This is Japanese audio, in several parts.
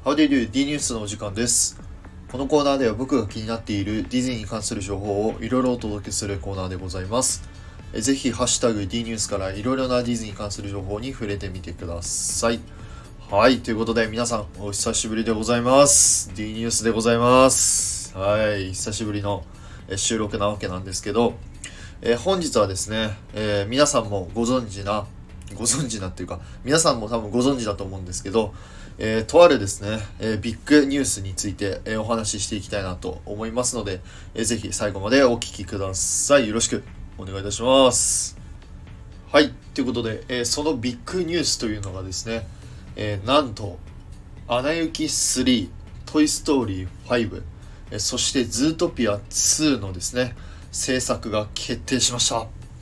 How do you do? D ニュースのお時間です。このコーナーでは僕が気になっているディズニーに関する情報をいろいろお届けするコーナーでございます。ぜひハッシュタグ D ニュースからいろいろなディズニーに関する情報に触れてみてください。はい、ということで皆さんお久しぶりでございます。D ニュースでございます。はい、久しぶりの収録なわけなんですけど、本日はですね、皆さんもご存知なっていうか、皆さんも多分ご存知だと思うんですけど、とあるですね、ビッグニュースについて、お話ししていきたいなと思いますので、ぜひ最後までお聞きください。よろしくお願いいたします。はい、ということで、そのビッグニュースというのがですね、なんとアナ雪3、トイストーリー5、そしてズートピア2のですね、制作が決定しました。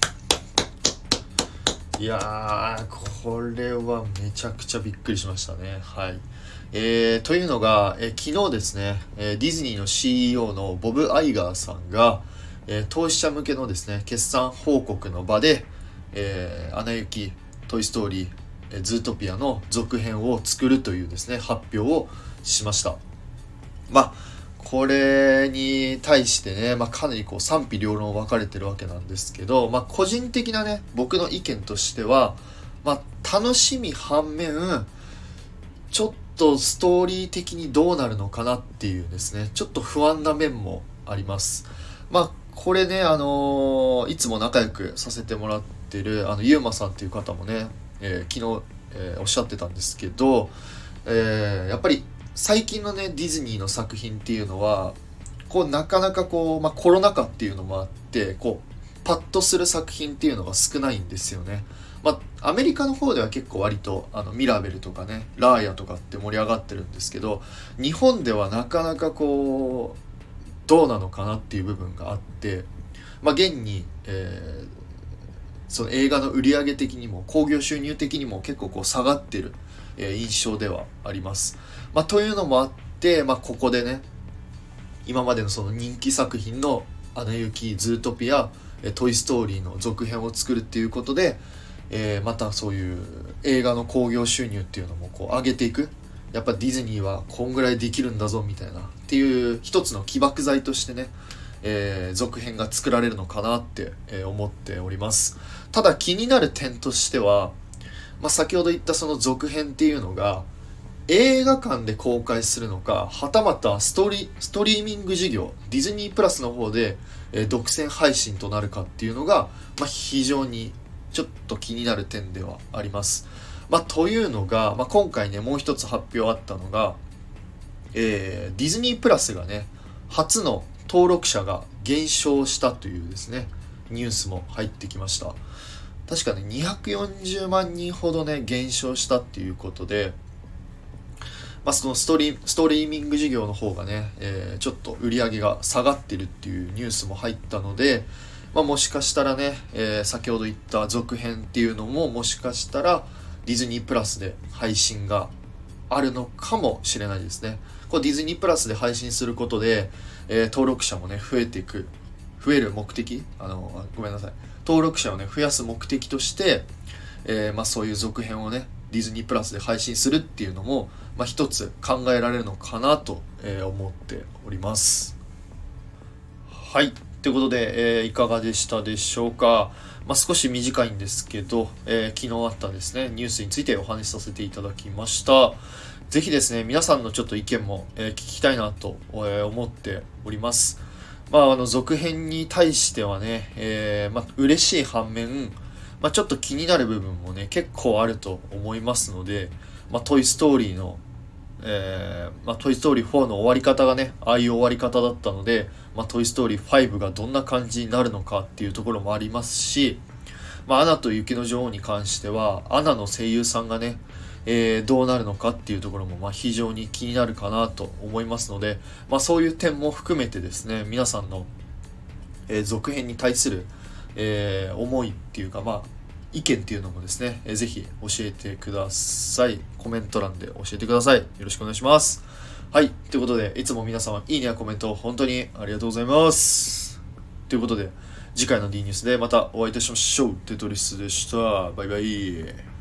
いやー、これはめちゃくちゃびっくりしましたね。はい。というのが、昨日ですね、ディズニーの CEO のボブ・アイガーさんが、投資者向けのですね、決算報告の場で、アナ雪、トイストーリー、ズートピアの続編を作るというですね、発表をしました。これに対してね、かなり賛否両論分かれてるわけなんですけど、個人的なね、僕の意見としては、楽しみ反面、ちょっとストーリー的にどうなるのかなっていうですね、ちょっと不安な面もあります。これね、いつも仲良くさせてもらってる、ゆうまさんっていう方もね、昨日、おっしゃってたんですけど、やっぱり、最近のねディズニーの作品っていうのはなかなかコロナ禍っていうのもあってパッとする作品っていうのが少ないんですよね。アメリカの方では結構割とミラベルとかねラーヤとかって盛り上がってるんですけど、日本ではなかなかどうなのかなっていう部分があって、現に、その映画の売り上げ的にも興行収入的にも結構下がってる印象ではあります。というのもあって、ここでね今までのその人気作品のアナ雪、ズートピア、トイストーリーの続編を作るっていうことで、またそういう映画の興行収入っていうのも上げていく。やっぱディズニーはこんぐらいできるんだぞみたいなっていう一つの起爆剤としてね、続編が作られるのかなって、思っております。ただ気になる点としては、先ほど言ったその続編っていうのが映画館で公開するのか、はたまたストリーミング事業ディズニープラスの方で、独占配信となるかっていうのが、非常にちょっと気になる点ではあります。というのが、今回ねもう一つ発表あったのが、ディズニープラスがね初の登録者が減少したというですねニュースも入ってきました。確かね240万人ほどね減少したっていうことで、そのストリーミング事業の方がね、ちょっと売り上げが下がってるっていうニュースも入ったので、もしかしたらね、先ほど言った続編っていうのももしかしたらディズニープラスで配信があるのかもしれないですね。ディズニープラスで配信することで、登録者もね増える目的、ごめんなさい、登録者をね増やす目的として、そういう続編をねディズニープラスで配信するっていうのも、一つ考えられるのかなと、思っております。はい、ということで、いかがでしたでしょうか。少し短いんですけど、昨日あったですねニュースについてお話しさせていただきました。ぜひですね皆さんのちょっと意見も、聞きたいなと、思っております。続編に対してはね、嬉しい反面、ちょっと気になる部分もね結構あると思いますので、トイストーリーの、トイストーリー4の終わり方がねああいう終わり方だったので、トイストーリー5がどんな感じになるのかっていうところもありますし、アナと雪の女王に関してはアナの声優さんがね、どうなるのかっていうところも非常に気になるかなと思いますので、そういう点も含めてですね皆さんの、続編に対する、思いっていうか意見っていうのもですね、ぜひ教えてください。コメント欄で教えてください。よろしくお願いします。はい、ということでいつも皆様いいねやコメント本当にありがとうございます。ということで次回の D ニュースでまたお会いいたしましょう。テトリスでした。バイバイ。